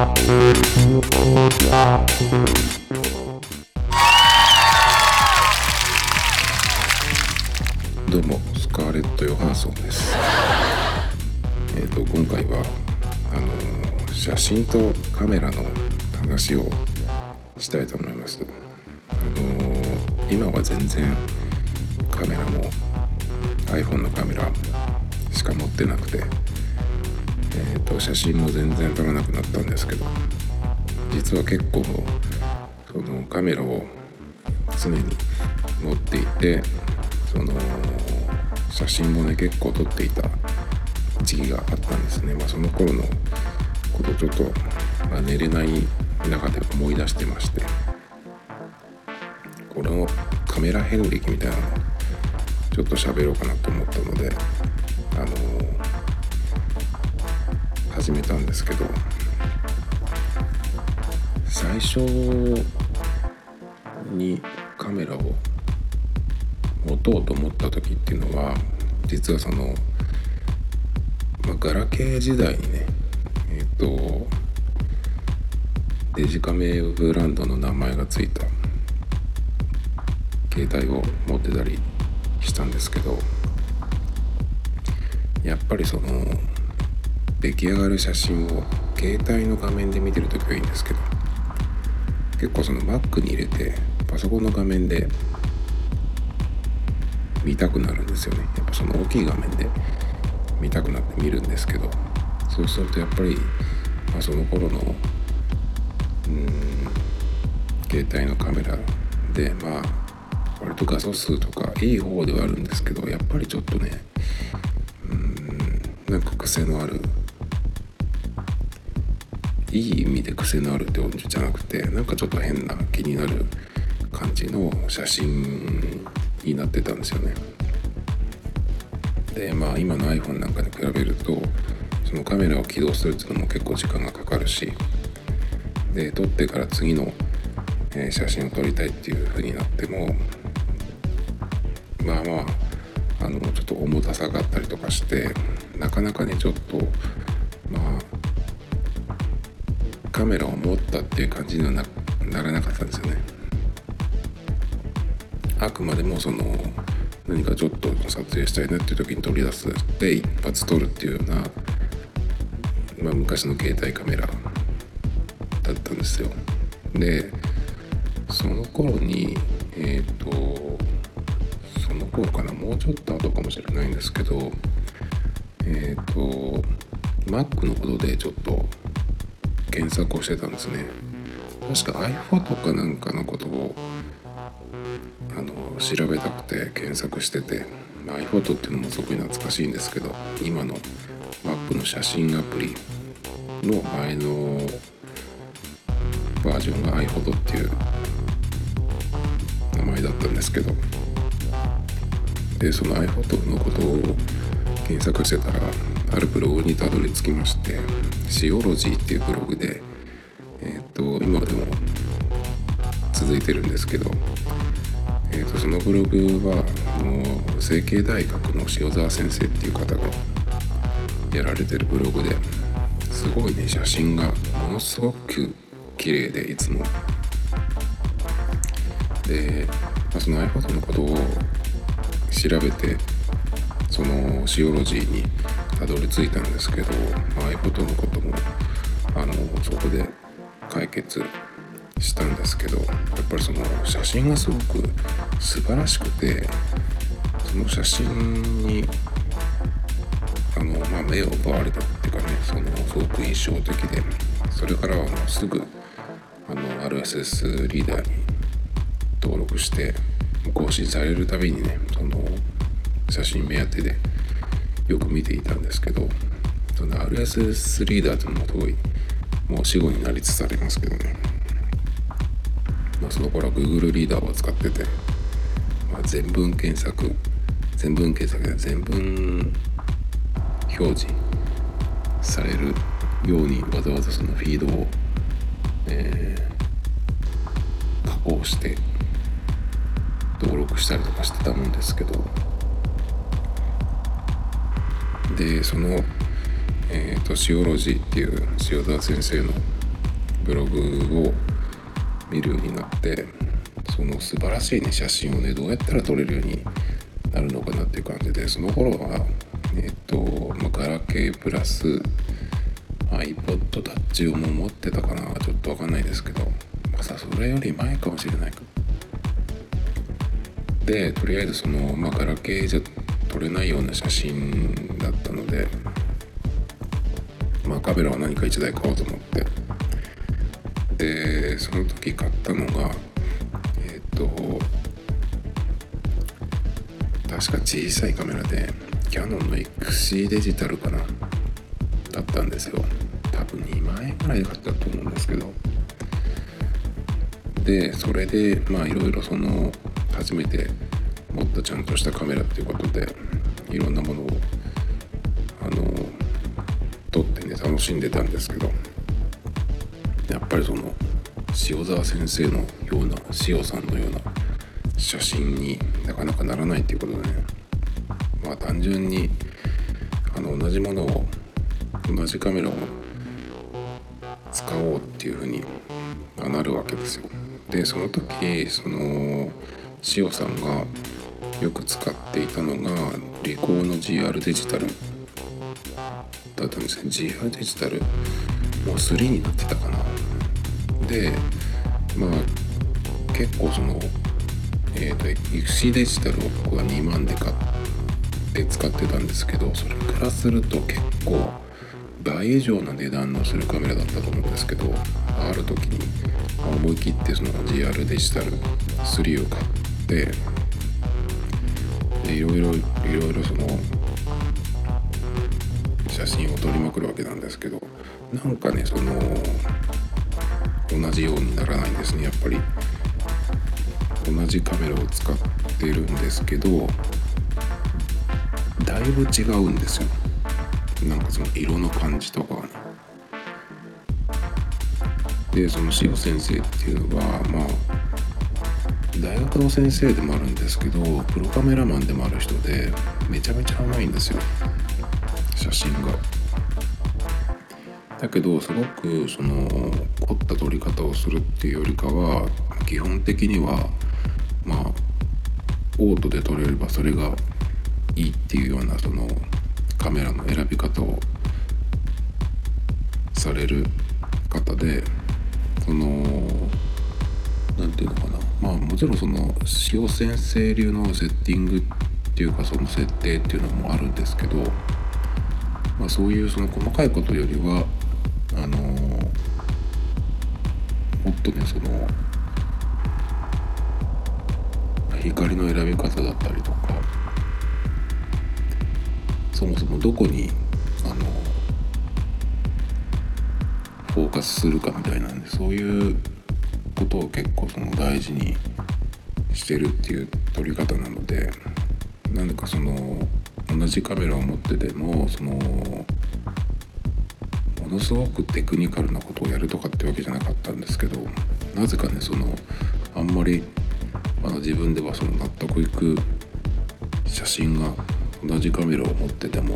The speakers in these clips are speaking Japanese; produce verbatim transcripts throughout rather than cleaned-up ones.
どうもスカーレット・ヨハンソンです。えっと今回はあの写真とカメラの話をしたいと思います。あの今は全然カメラも iPhone のカメラしか持ってなくて、えっと写真も全然撮らなくなったんですけど、実は結構そのカメラを常に持っていて、その写真もね結構撮っていた時期があったんですね。まあその頃のことちょっと、まあ、寝れない中で思い出してまして、このカメラ遍歴みたいなのをちょっと喋ろうかなと思ったので、あのー、始めたんですけど、最初にカメラを持とうと思った時っていうのは、実はその、まあ、ガラケー時代にね、えっとデジカメブランドの名前がついた携帯を持ってたりしたんですけど、やっぱりその出来上がる写真を携帯の画面で見てる時はいいんですけど、結構その Mac に入れてパソコンの画面で見たくなるんですよね。やっぱその大きい画面で見たくなって見るんですけど、そうするとやっぱり、まあ、その頃のうーん携帯のカメラで、まあ割と画素数とかいい方ではあるんですけど、やっぱりちょっとね、うーんなんか癖のある、いい意味で癖のあるってことじゃなくて、なんかちょっと変な気になる感じの写真になってたんですよね。でまあ今の iPhone なんかに比べると、そのカメラを起動するっていうのも結構時間がかかるし、で撮ってから次の、えー写真を撮りたいっていう風になっても、まあまああのちょっと重たさがあったりとかして、なかなかねちょっとまあカメラを持ったっていう感じには な, ならなかったんですよね。あくまでもその何かちょっと撮影したいなっていう時に取り出すで一発撮るっていうような、まあ、昔の携帯カメラだったんですよ。でその頃にえっ、ー、とその頃かな、もうちょっと後かもしれないんですけど、えっ、ー、と Mac のことでちょっと検索をしてたんですね。確か iPhoto かなんかのことをあの調べたくて検索してて、まあ、iPhoto っていうのもすごい懐かしいんですけど、今の Mac の写真アプリの前のバージョンが iPhoto っていう名前だったんですけど、でその iPhoto のことを検索してたら、あるブログにたどり着きまして、シオロジーっていうブログで、えっと今でも続いてるんですけど、えー、とそのブログはもう成蹊大学の塩沢先生っていう方がやられてるブログで、すごいね写真がものすごく綺麗で、いつもで、まあ、その iPhoto のことを調べてそのシオロジーにたどり着いたんですけど、まあ、iPhoto のこともあのそこで解決したんですけど、やっぱりその写真がすごく素晴らしくて、その写真にあの、まあ、目を奪われたっていうかね、そのすごく印象的で、それからはもうすぐあの アールエスエス リーダーに登録して更新されるたびにね、その写真目当てでよく見ていたんですけど、その アールエスエス リーダーっていうのもすごいもう死後になりつつありますけどね、まあ、その頃は Google リーダーを使ってて、まあ、全文検索全文検索で全文表示されるようにわざわざそのフィードを、えー、加工して登録したりとかしてたもんですけど、でその、えーと、シオロジーっていう塩沢先生のブログを見るようになって、その素晴らしいね写真をねどうやったら撮れるようになるのかなっていう感じで、その頃はえっと、まあ、ガラケープラス iPod Touch をもう持ってたかな、ちょっとわかんないですけど、まさそれより前かもしれないか。でとりあえずその、まあ、ガラケーじゃ撮れないような写真だったので、まあカメラは何かいちだい買おうと思って、でその時買ったのがえっと確か小さいカメラでキヤノンの エックスシー デジタルかなだったんですよ。多分にまんえんぐらいで買ったと思うんですけど、でそれでまあいろいろその初めて持ったちゃんとしたカメラっていうことでいろんなものをあの撮ってね楽しんでたんですけど、やっぱりその塩沢先生のような塩さんのような写真になかなかならないっていうことでね、まあ単純にあの同じものを同じカメラを使おうっていうふうになるわけですよ。でその時その塩さんがよく使っていたのがリコーの ジーアール デジタルだったんですね。 ジーアール デジタルもうスリーになってたかな。でまあ結構そのえーと エックスシー デジタルを僕はにまんで買って使ってたんですけど、それからすると結構倍以上の値段のするカメラだったと思うんですけど、ある時に思い切ってその ジーアール デジタルスリーを買って、でいろいろいろいろその写真を撮りまくるわけなんですけど、なんかねその同じようにならないんですね。やっぱり同じカメラを使ってるんですけどだいぶ違うんですよ。なんかその色の感じとかはね。でその塩先生っていうのはまあ大学の先生でもあるんですけどプロカメラマンでもある人でめちゃめちゃうまいんですよ写真が。だけどすごくその凝った撮り方をするっていうよりかは基本的にはまあオートで撮れればそれがいいっていうようなそのカメラの選び方をされる方で、そのなんていうのかな、まあもちろんその塩先生流のセッティングっていうかその設定っていうのもあるんですけど、まあそういうその細かいことよりはあのもっとねその光の選び方だったりとか、そもそもどこにあのフォーカスするかみたいなんで、そういうことを結構その大事にしてるっていう撮り方なので、なんでかその同じカメラを持っててもそのものすごくテクニカルなことをやるとかってわけじゃなかったんですけど、なぜかねそのあんまりあの自分ではその納得いく写真が同じカメラを持ってても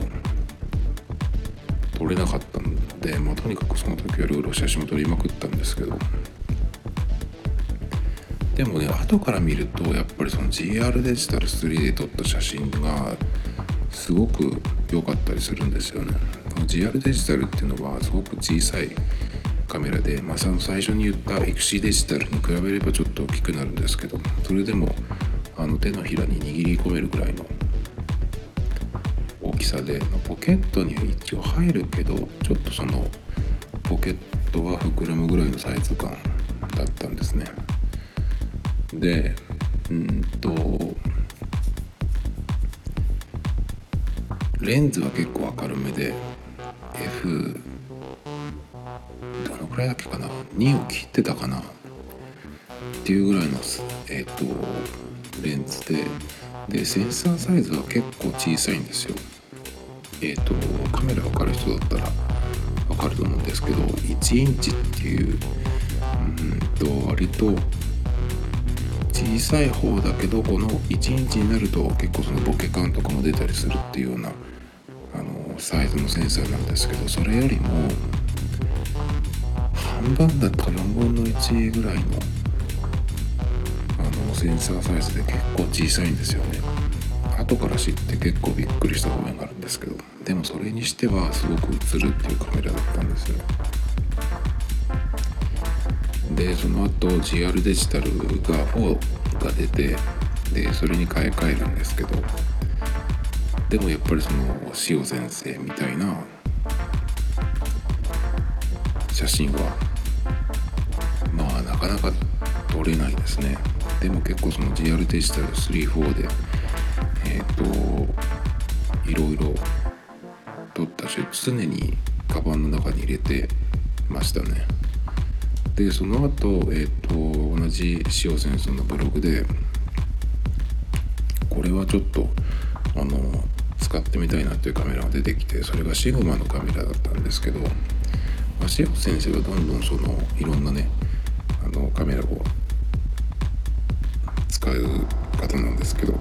撮れなかったので、まあ、とにかくその時はいろいろ写真を撮りまくったんですけど、でもね後から見るとやっぱりその ジーアール デジタルスリーで撮った写真がすごく良かったりするんですよね。ジーアール デジタルっていうのはすごく小さいカメラで、まあ、その最初に言った エックスシー デジタルに比べればちょっと大きくなるんですけど、それでもあの手のひらに握り込めるぐらいの大きさで、ポケットに一応入るけどちょっとそのポケットは膨らむぐらいのサイズ感だったんですね。でうんとレンズは結構明るめで エフ どのくらいだっけかな、にを切ってたかなっていうぐらいの、えー、とレンズで、でセンサーサイズは結構小さいんですよ。えっ、ー、とカメラ分かる人だったら分かると思うんですけど、いちインチっていううんと割と小さい方だけど、このいちインチになると結構そのボケ感とかも出たりするっていうようなあのサイズのセンサーなんですけど、それよりも半半分だったかよんぶんのいちぐらいのあのセンサーサイズで結構小さいんですよね。後から知って結構びっくりした場面があるんですけど、でもそれにしてはすごく映るっていうカメラだったんですよね。でその後 ジーアール デジタルがフォーが出て、でそれに買い替えるんですけど、でもやっぱりその塩先生みたいな写真はまあなかなか撮れないですね。でも結構その ジーアール デジタルスリー、フォーでえっ、ー、といろいろ撮ったし、常にカバンの中に入れてましたね。でその後、えー、と同じ塩先生のブログでこれはちょっとあの使ってみたいなというカメラが出てきて、それがシグマのカメラだったんですけど、まあ、塩先生がどんどんそのいろんなねあのカメラを使う方なんですけど、ま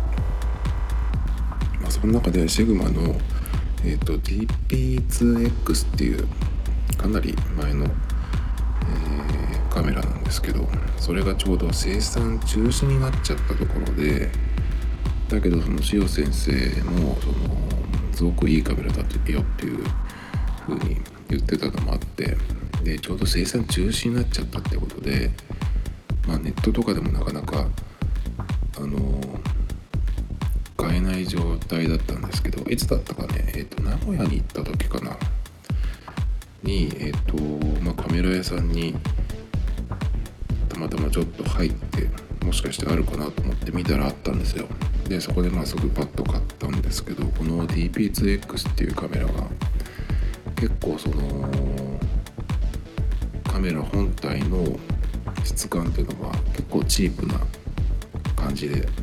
あ、その中でシグマの、えー、と ディーピーツーエックス っていうかなり前のえー、カメラなんですけど、それがちょうど生産中止になっちゃったところで、だけどその塩先生もそのすごくいいカメラだよっていう風に言ってたのもあって、でちょうど生産中止になっちゃったってことで、まあネットとかでもなかなかあのー、買えない状態だったんですけど、いつだったかね、えっと名古屋に行った時かなに、えーとまあ、カメラ屋さんにたまたまちょっと入って、もしかしてあるかなと思って見たらあったんですよ。でそこでまあすぐパッと買ったんですけど、この ディーピーツーエックス っていうカメラが結構そのカメラ本体の質感っていうのが結構チープな感じで、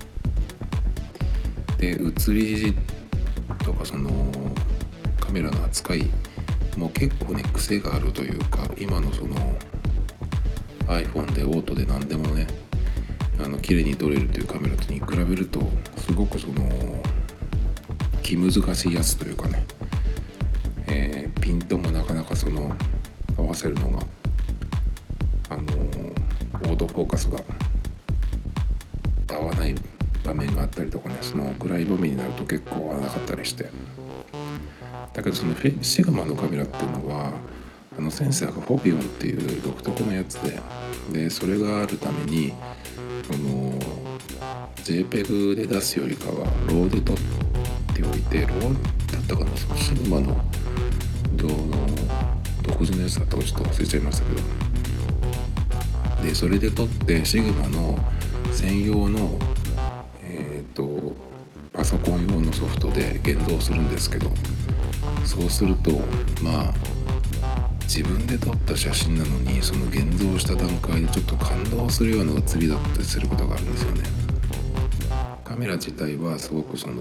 で写りとかそのカメラの扱いもう結構ね癖があるというか、今のその iPhone でオートで何でもねあの綺麗に撮れるというカメラに比べるとすごくその気難しいやつというかね、えー、ピントもなかなかその合わせるのがあのオートフォーカスが合わない場面があったりとかね、その暗い場面になると結構合わなかったりして、だけどそのシグマのカメラっていうのはあのセンサーがフォビオンっていう独特のやつで、でそれがあるためにその ジェイペグ で出すよりかはローで撮っておいて、ローだったかな、そのシグマのどの独自のやつだったかちょっと忘れちゃいましたけど、でそれで撮ってシグマの専用のえっ、ー、とパソコン用のソフトで現像するんですけど、そうするとまあ自分で撮った写真なのにその現像した段階でちょっと感動するような写りだったりすることがあるんですよね。カメラ自体はすごくその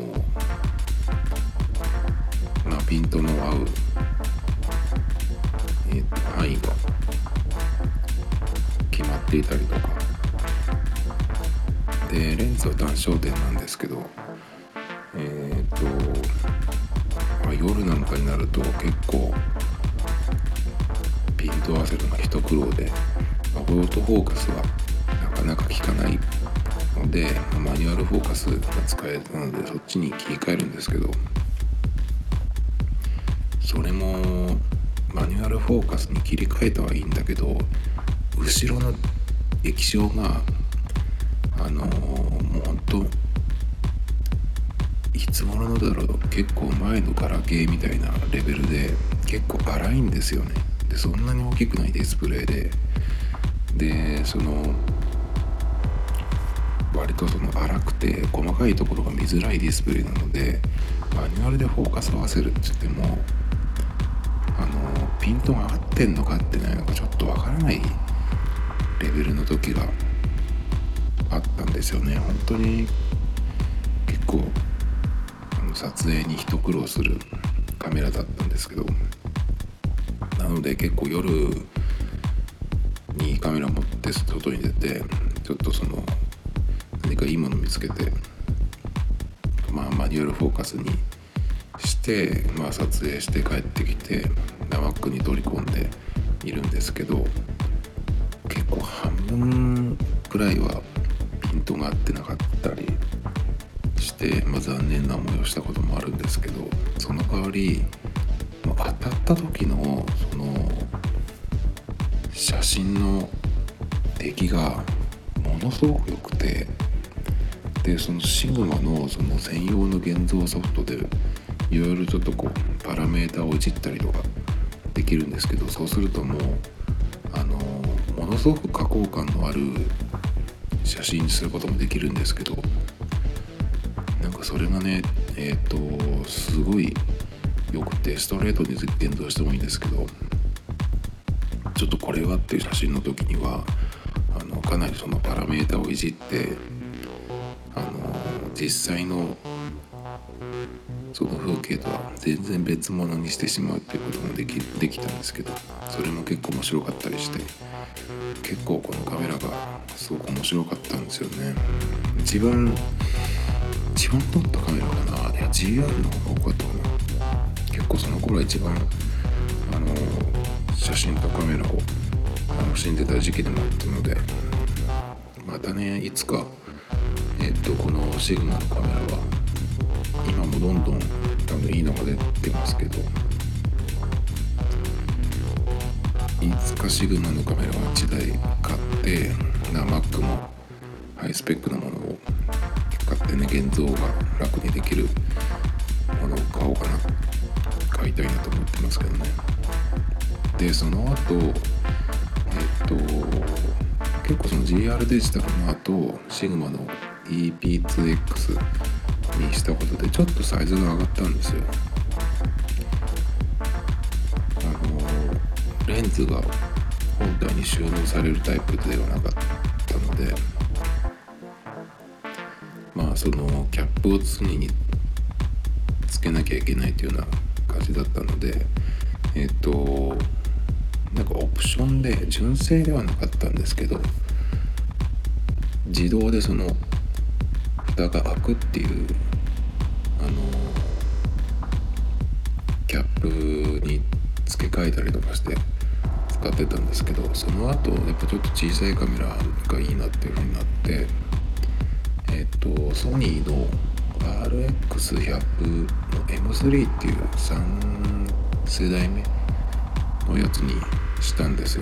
まあピントの合う、えー、と範囲が決まっていたりとかで、レンズは単焦点なんですけど、えっ、ー、と、まあ、夜なんかになると結構ピント合わせるのが一苦労で、まあ、オートフォーカスはなかなか効かないので、まあ、マニュアルフォーカスが使えるのでそっちに切り替えるんですけど、それもマニュアルフォーカスに切り替えたはいいんだけど、後ろの液晶があのー、もうほんといつ頃のだろう、結構前のガラケーみたいなレベルで結構粗いんですよね。でそんなに大きくないディスプレイで、でその割とその粗くて細かいところが見づらいディスプレイなので、マニュアルでフォーカス合わせるって言ってもあのピントが合ってんのかってね、なんかちょっとわからないレベルの時があったんですよね。本当に結構あの撮影に一苦労するカメラだったんですけど、なので結構夜にカメラ持って外に出てちょっとその何かいいもの見つけて、まあマニュアルフォーカスにして、まあ撮影して帰ってきてナマックに取り込んでいるんですけど、結構半分くらいはピントが合ってなかったりして、まあ、残念な思いをしたこともあるんですけど、その代わり、まあ、当たった時のその写真の出来がものすごく良くて、でそのシグマのその専用の現像ソフトでいろいろちょっとこうパラメータをいじったりとかできるんですけど、そうするともうあのものすごく加工感のある写真にすることもできるんですけど、なんかそれがねえっとすごい良くて、ストレートに現像してもいいんですけど、ちょっとこれはっていう写真の時にはあのかなりそのパラメータをいじってあの実際のその風景とは全然別物にしてしまうっていうこともできできたんですけど、それも結構面白かったりして、結構このカメラがすごく面白かったんですよね。一番一番撮ったカメラかな、いや ジーアール の方が多かったかな。結構その頃は一番あの写真とカメラを楽しんでた時期でもあったので、またねいつかえっとこのシグマのカメラは今もどんどん多分いいのが出てますけど、いつかシグマのカメラをいちだい買ってな Mac もハイスペックなものを買ってね、現像が楽にできるものを買おうかな、買いたいなと思ってますけどね。でその後えっと結構その ジーアール デジタルの後シグマの イーピーツーエックス にしたことでちょっとサイズが上がったんですよ。あのレンズが本体に収納されるタイプではなかったので、まあそのキャップを常につけなきゃいけないというような感じだったので、えっとなんかオプションで純正ではなかったんですけど、自動でその蓋が開くっていうあのキャップに付け替えたりとかして使ってたんですけど、その後やっぱちょっと小さいカメラがいいなっていう風になって、えっとソニーの アールエックスひゃく の エムスリー っていうさん世代目のやつにしたんですよ。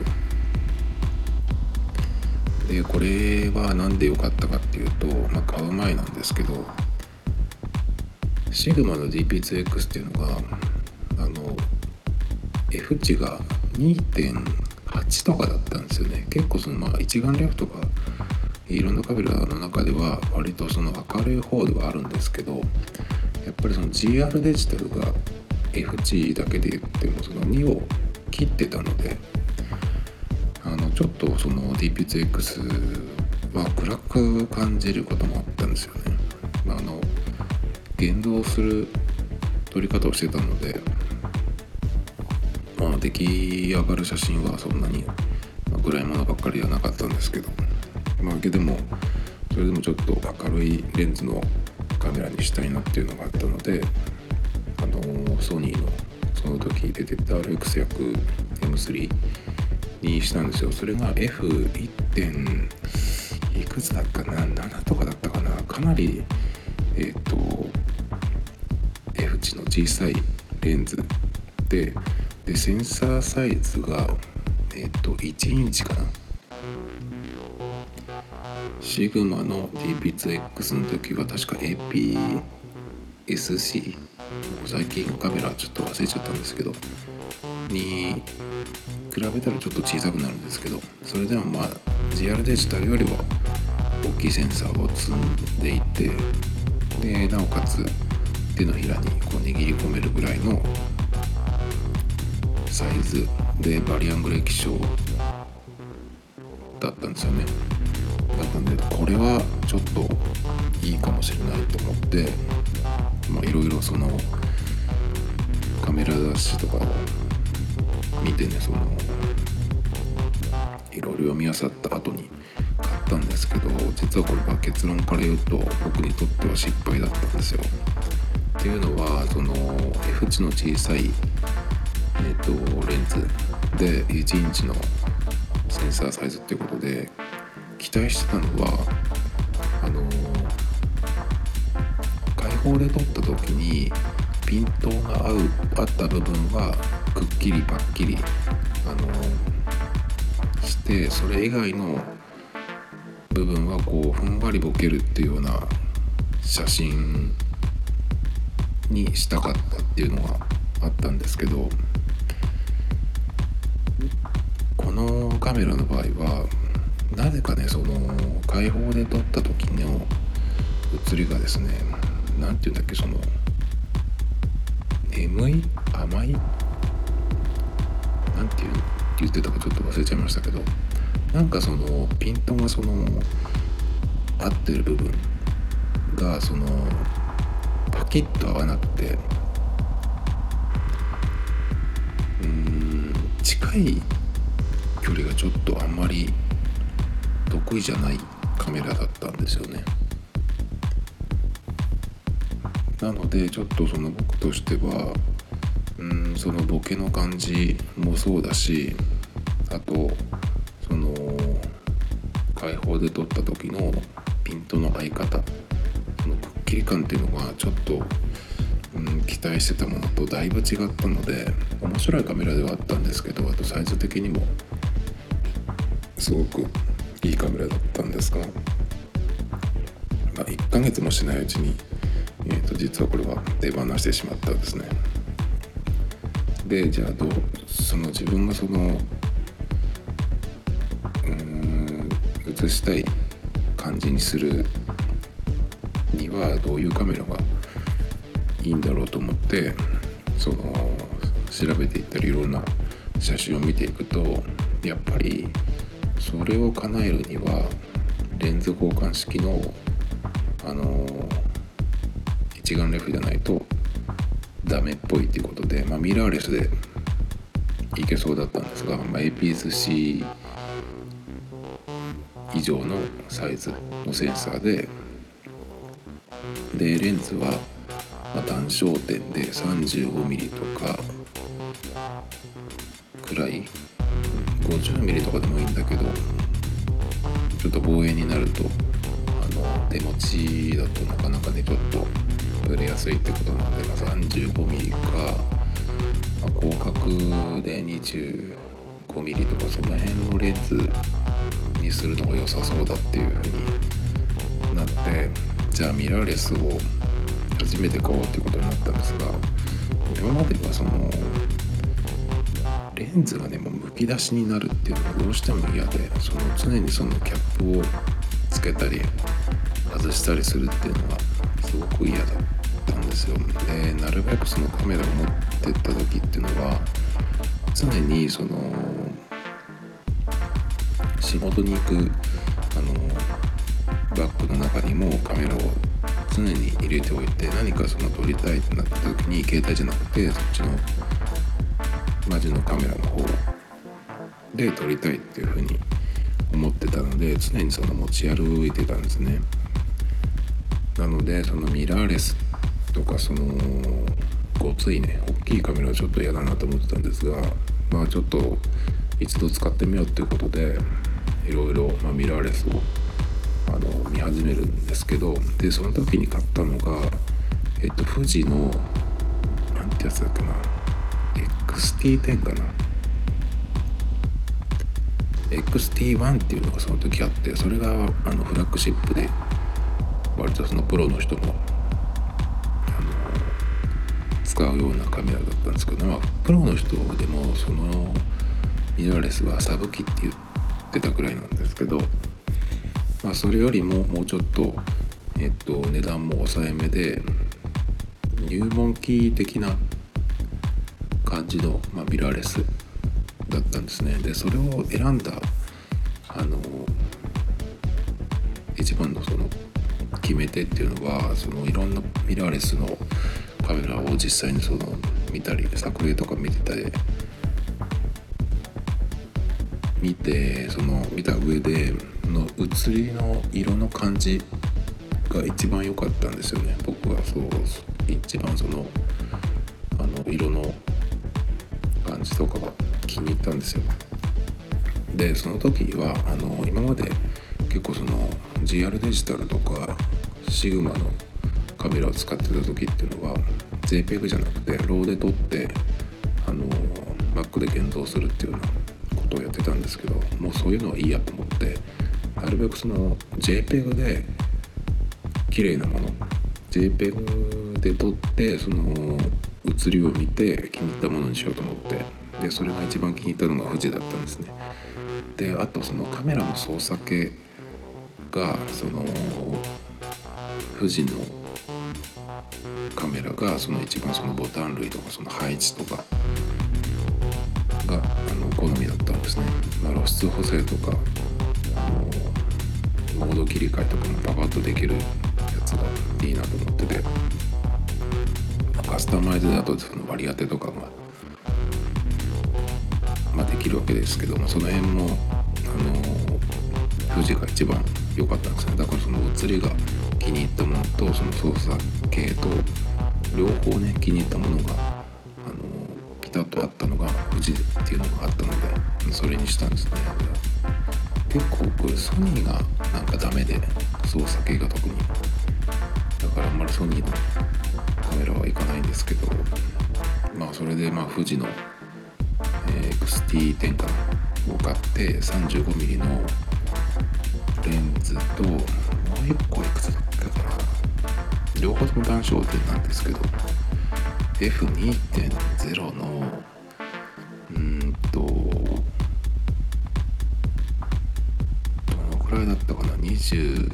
でこれはなんで良かったかっていうと、まあ、買う前なんですけど、シグマの ディーピーツーエックス っていうのがあの F 値が にてんはち とかだったんですよね。結構そのまあ一眼レフとかいろんなカメラの中では割とその明るい方ではあるんですけど、やっぱりその ジーアール デジタルが F 値だけで言ってもそのにを切ってたので、あのちょっとその ディーピーツーエックス は暗く感じることもあったんですよね。まあ、あの現像する撮り方をしてたので、まあ出来上がる写真はそんなに暗いものばっかりはなかったんですけど、まあでもそれでもちょっと明るいレンズのカメラにしたいなっていうのがあったので、あのソニーのその時出てた アールエックスひゃく エムスリー にしたんですよ。それが エフいってん いくつだったかな、ななとかだったかな、かなりえっ、ー、と F 値の小さいレンズで、でセンサーサイズがえっ、ー、といちインチかな。シグマの ディーピーツーエックス の時は確か エーピーエスシー、 最近カメラちょっと忘れちゃったんですけどに比べたらちょっと小さくなるんですけど、それでもまあ ジーアール デジタルよりは大きいセンサーを積んでいて、でなおかつ手のひらにこう握り込めるぐらいのサイズでバリアングル液晶だったんですよね。だったんでこれはちょっといいかもしれないと思って、まあいろいろそのカメラ雑誌とかを見てね、そのいろいろ読み漁った後に買ったんですけど、実はこれは結論から言うと僕にとっては失敗だったんですよ。っていうのはその F 値の小さい、えーと、レンズでいちインチのセンサーサイズっていうことで期待してたのはあの開放で撮った時にピントが合うあった部分はくっきりパッキリあのして、それ以外の部分はこうふんわりボケるっていうような写真にしたかったっていうのがあったんですけど、このカメラの場合はなぜかね、その開放で撮った時の写りがですね、なんていうんだっけ、その眠い甘いなんていう言ってたかちょっと忘れちゃいましたけど、なんかそのピントがその合ってる部分がそのパキッと合わなくて、うーん近い距離がちょっとあんまり得意じゃないカメラだったんですよね。なのでちょっとその僕としてはうんそのボケの感じもそうだし、あとその開放で撮った時のピントの合い方、そのくっきり感っていうのがちょっと、うん、期待してたものとだいぶ違ったので、面白いカメラではあったんですけど、あとサイズ的にもすごくいいカメラだったんですが、まあ、いっかげつもしないうちに、えーと、実はこれは手放してしまったんですね。で、じゃあどうその自分がそのうーん写したい感じにするにはどういうカメラがいいんだろうと思って、その調べていったりいろんな写真を見ていくと、やっぱりそれを叶えるにはレンズ交換式のあの一眼レフじゃないとダメっぽいっていうことで、まあ、ミラーレスでいけそうだったんですが、まあ、エーピーエスシー 以上のサイズのセンサーででレンズはまあ単焦点で さんじゅうごミリ とかくらい、ごじゅうミリ とかでもいいんだけど、ちょっと望遠になるとあの手持ちだとなかなかねちょっとブレやすいってことなので、まあ、さんじゅうごミリ か、まあ、広角で にじゅうごミリ とかその辺のレンズにするのが良さそうだっていう風になって、じゃあミラーレスを初めて買おうっていうことになったんですが、今まではそのレンズがねもうむき出しになるっていうのがどうしても嫌で、その常にそのキャップをつけたり外したりするっていうのがすごく嫌だったんですよ。でなるべくそのカメラを持ってった時っていうのは常にその仕事に行くあのバッグの中にもカメラを常に入れておいて、何かその撮りたいってなった時に携帯じゃなくてそっちのマジのカメラの方で撮りたいっていう風に思ってたので、常にその持ち歩いてたんですね。なのでそのミラーレスとかそのごついね大きいカメラはちょっと嫌だなと思ってたんですが、まあちょっと一度使ってみようっていうことでいろいろ、まあ、ミラーレスをあの見始めるんですけど、でその時に買ったのがえっと富士のなんてやつだっけな エックスティーテン かな エックスティーワン っていうのがその時あって、それがあのフラッグシップで割とそのプロの人もあの使うようなカメラだったんですけど、まあ、プロの人でもそのミラーレスはサブ機って言ってたくらいなんですけど、まあ、それよりももうちょっと、えっと、値段も抑えめで入門機的な感じの、まあ、ミラーレスだったんですね。でそれを選んだあの一番のその決め手っていうのは、そのいろんなミラーレスのカメラを実際にその見たり作例とか見てたり見てその見た上での写りの色の感じが一番良かったんですよね。僕はそう一番そのあの色の感じとかが気に入ったんですよ。でその時はあの今まで結構その ジーアール デジタルとかシグマのカメラを使ってた時っていうのは ジェーペグ じゃなくてローで撮ってあの Mac で現像するっていうようなことをやってたんですけど、もうそういうのはいいやと思ってなるべくその ジェーペグ で綺麗なもの ジェーペグ で撮ってその写りを見て気に入ったものにしようと思って、でそれが一番気に入ったのが富士だったんですね。であとそのカメラの操作系がその富士のカメラがその一番そのボタン類とかその配置とかがあの好みだったんですね。まあ、露出補正とかあのモード切り替えとかもパパッとできるやつがいいなと思ってて、カスタマイズだとその割り当てとかが、まあ、できるわけですけども、その辺もあの富士が一番良かったんですね。だからその写りが気に入ったものとその操作系と両方ね気に入ったものがあのピタッとあったのが富士っていうのがあったのでそれにしたんですね。結構これソニーがなんかダメで操作系が特にだからあんまりソニーのカメラはいかないんですけど、まあそれでまあ富士の、えー、エックスティーテン かなを買って さんじゅうごミリ のレンズともう一個いくつだったかな、両方とも単焦点なんですけど エフにてんゼロ のうーんとどのくらいだったかな、にじゅう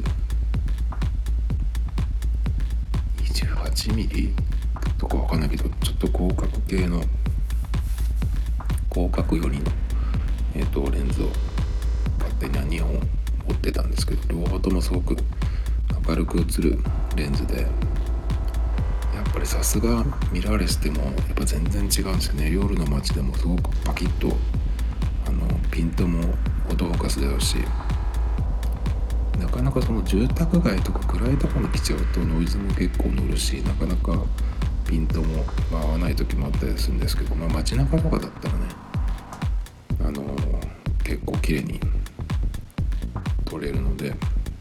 にじゅうはちミリとかわかんないけど、ちょっと広角系の広角寄りの、えー、とレンズを勝手にはにほん持ってたんですけど、両方ともすごく明るく映るレンズで、やっぱりさすがミラーレスでもやっぱ全然違うんですよね。夜の街でもすごくパキッとあのピントもオートフォーカスだし、なかなかその住宅街とか暗いところに来ちゃうとノイズも結構乗るし、なかなかピントも合わない時もあったりするんですけど、まあ街中とかだったらねあの結構綺麗に撮れるので、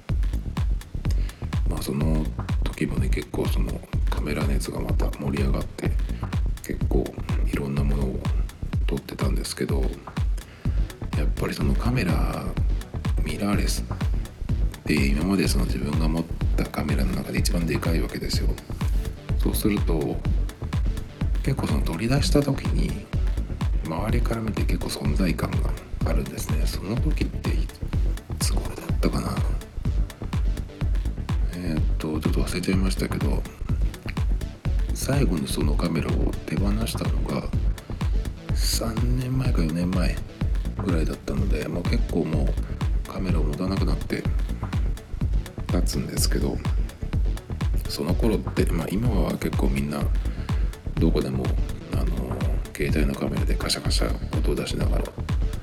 まあその時もね結構そのカメラ熱がまた盛り上がって結構いろんなものを撮ってたんですけど、やっぱりそのカメラミラーレスで今までその自分が持ったカメラの中で一番でかいわけですよ。そうすると結構その取り出した時に周りから見て結構存在感があるんですね。その時っていつ頃だったかな、えー、っとちょっと忘れちゃいましたけど、最後にそのカメラを手放したのがさんねんまえかよねんまえぐらいだったので、もう結構もうカメラを持たなくなって経つんですけど、その頃って、まあ、今は結構みんなどこでもあの携帯のカメラでカシャカシャ音を出しながら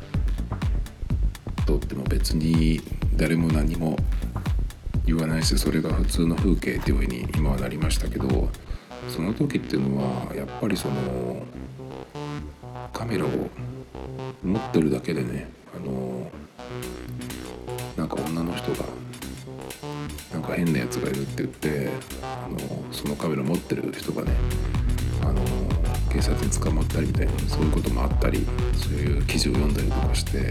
撮っても別に誰も何も言わないし、それが普通の風景っていう風に今はなりましたけど、その時っていうのはやっぱりそのカメラを持ってるだけでね、あのなんか女の人がなんか変なやつがいるって言ってあのそのカメラ持ってる人がねあの警察に捕まったりみたいな、そういうこともあったり、そういう記事を読んだりとかして、うん、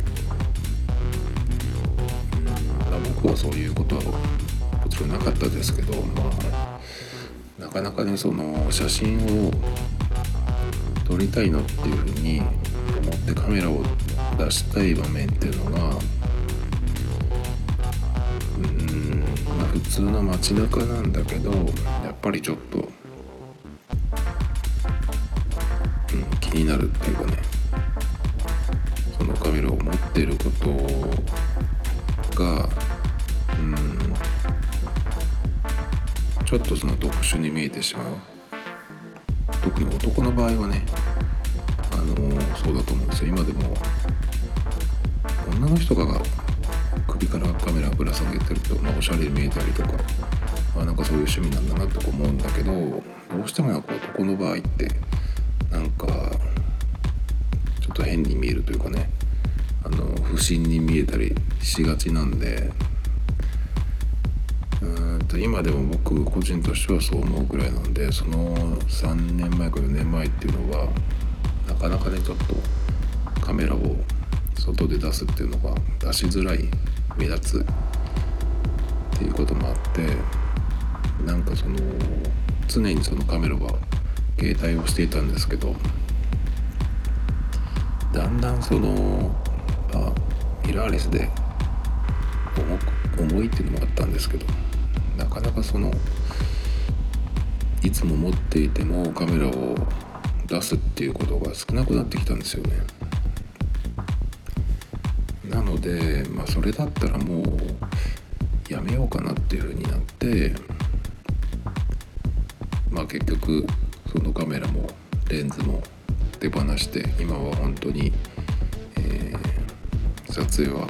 まあ、僕はそういうことはもちろんなかったですけど、まあなかなかねその写真を撮りたいなっていうふうに思ってカメラを出したい場面っていうのがうーん、まあ、普通の街中なんだけどやっぱりちょっと、うん、気になるっていうかね、そのカメラを持っていることがうんちょっとその特殊に見えてしまう。特に男の場合はねあのー、そうだと思うんですよ。今でも女の人が首からカメラぶら下げてると、まあ、おしゃれに見えたりとか、まあ、なんかそういう趣味なんだなと思うんだけど、どうしてもなんか男の場合ってなんかちょっと変に見えるというかね、あの不審に見えたりしがちなんで、うーんと今でも僕個人としてはそう思うくらいなんで、そのさんねんまえかよねんまえっていうのはなかなかねちょっとカメラを外で出すっていうのが出しづらい、目立つっていうこともあって、なんかその常にそのカメラは携帯をしていたんですけど、だんだんその、まあ、ミラーレスで重く重いっていうのもあったんですけど、なかなかそのいつも持っていてもカメラを出すっていうことが少なくなってきたんですよね。なので、まあ、それだったらもうやめようかなっていうふうになって、まあ結局そのカメラもレンズも手放して、今は本当に、えー、撮影は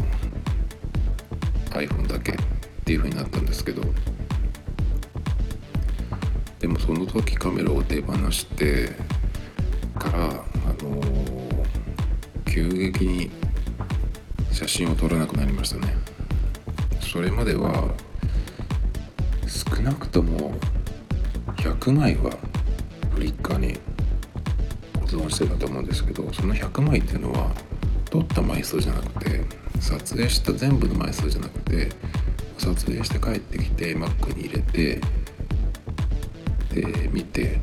iPhone だけっていう風になったんですけど、でもその時カメラを手放してから、あのー、急激に写真を撮らなくなりましたね。それまでは少なくともひゃくまいはフリッカーに保存してたと思うんですけど、そのひゃくまいっていうのは撮った枚数じゃなくて、撮影した全部の枚数じゃなくて、撮影して帰ってきて Mac に入れて、で見て、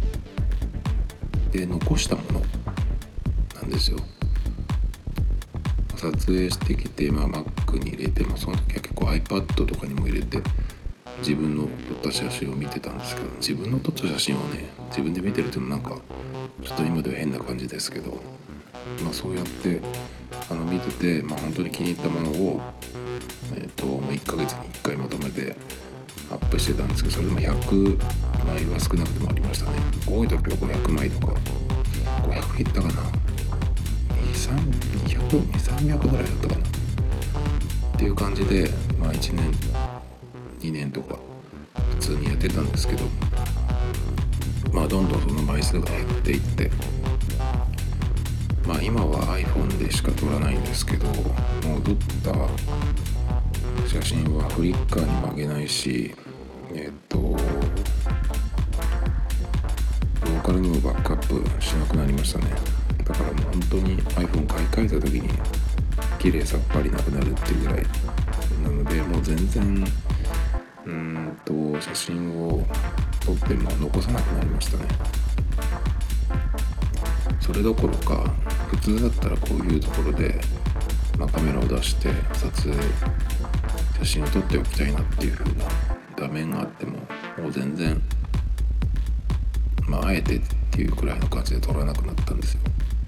で残したものなんですよ。撮影してきて、まあ、Mac に入れて、まあ、その時は結構 iPad とかにも入れて自分の撮った写真を見てたんですけど、自分の撮った写真をね自分で見てるっていうのもなんかちょっと今では変な感じですけど、まあそうやってあの見てて、まあ本当に気に入ったものをえっといっかげつにいっかいまとめてアップしてたんですけど、それでもひゃくまいは少なくてもありましたね。多い時はごひゃくまいとか、ごひゃくいったかな、にひゃく、にひゃく、さんびゃくぐらいだったかなっていう感じで、まあいちねんにねんとか普通にやってたんですけど、まあどんどんその枚数が減っていって、まあ今は iPhone でしか撮らないんですけど、もう撮った写真はフリッカーにもあげないし、えっとローカルにもバックアップしなくなりましたね。だからもう本当に iPhone 買い替えた時に綺麗さっぱりなくなるっていうぐらいなので、もう全然うーんと写真を撮っても残さなくなりましたね。それどころか普通だったらこういうところで、まあ、カメラを出して撮影写真を撮っておきたいなっていう風な画面があっても、もう全然まああえてっていうくらいの感じで撮らなくなったんですよ。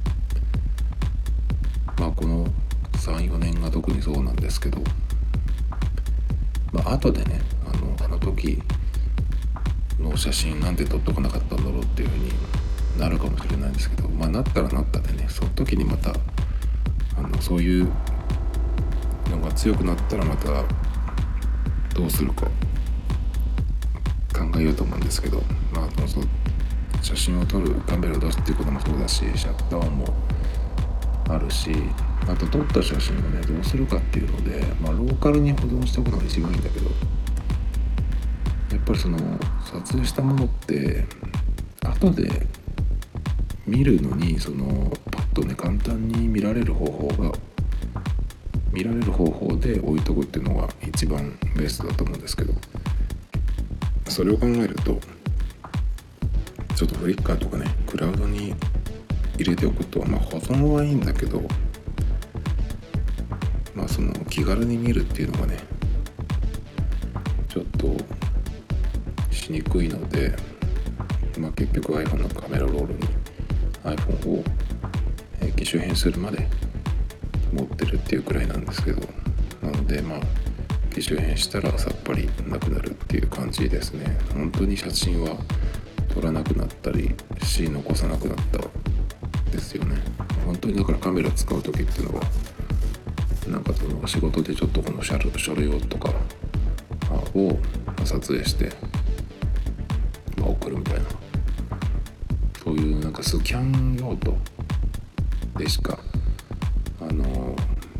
まあこの さんよねんが特にそうなんですけど、まあ後でねあのあの時の写真なんで撮っとかなかったんだろうっていう風になるかもしれないんですけど、まあなったらなったでね、その時にまたあのそういうのが強くなったらまたどうするか考えようと思うんですけど、まあその写真を撮るカメラを出すっていうこともそうだし、シャッター音もあるし、あと撮った写真をねどうするかっていうので、まあローカルに保存しておくのが一番いいんだけど、やっぱりその撮影したものって後で見るのにそのパッとね簡単に見られる方法が見られる方法で置いとくっていうのが一番ベストだと思うんですけど、それを考えるとちょっとフリッカーとかねクラウドに入れておくと、まあ保存はいいんだけど、まあその気軽に見るっていうのがねちょっとしにくいので、まあ結局 iPhone のカメラロールに iPhone を機種変するまで持ってるっていうくらいなんですけど、なのでまあ機種変したらさっぱりなくなるっていう感じですね。本当に写真は撮らなくなったりし残さなくなったですよね。本当にだからカメラ使う時っていうのはなんかその仕事でちょっとこの書類とかを撮影して、まあ、送るみたいな、そういうなんかスキャン用途でしかあの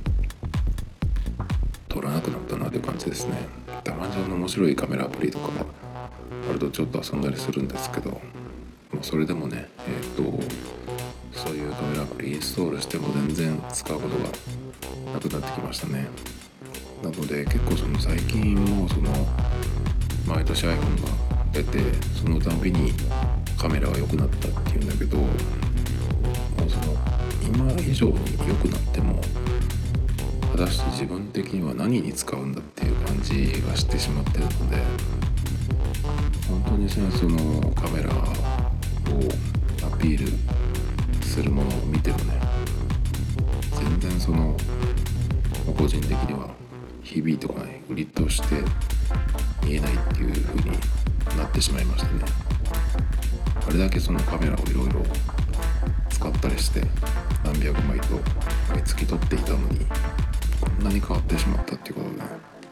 撮らなくなったなという感じですね。たまにあの面白いカメラアプリとかがあるとちょっと遊んだりするんですけど、もうそれでもねえっ、とそういうカメラアプリインストールしても全然使うことがなくなってきましたね。なので結構その最近もその毎年 iPhone が出て、そのたんびにカメラが良くなったっていうんだけど、もうその今以上に良くなっても果たして自分的には何に使うんだっていう感じがしてしまってるので、本当にねそのカメラをアピールするものを見てもね、全然その個人的には響いてこない、売りとして見えないっていう風になってしまいましたね。あれだけそのカメラをいろいろ使ったりして何百枚と毎月撮っていたのに、こんなに変わってしまったっていうことで、ね、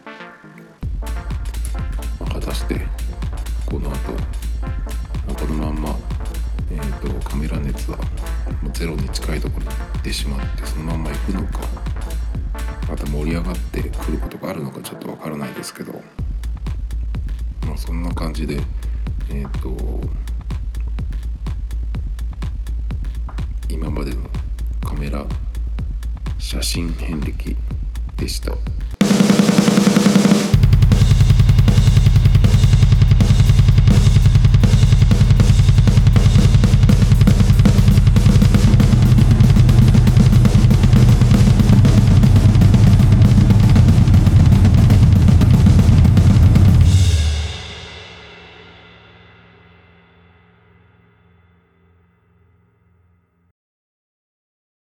まあ、果たしてこの後、まあ、このまんま、えーと、カメラ熱はもうゼロに近いところに行ってしまってそのまんま行くのか、また盛り上がってくることがあるのかちょっとわからないですけど、まあ、そんな感じでえっ、ー、と今までのカメラ写真遍歴でした。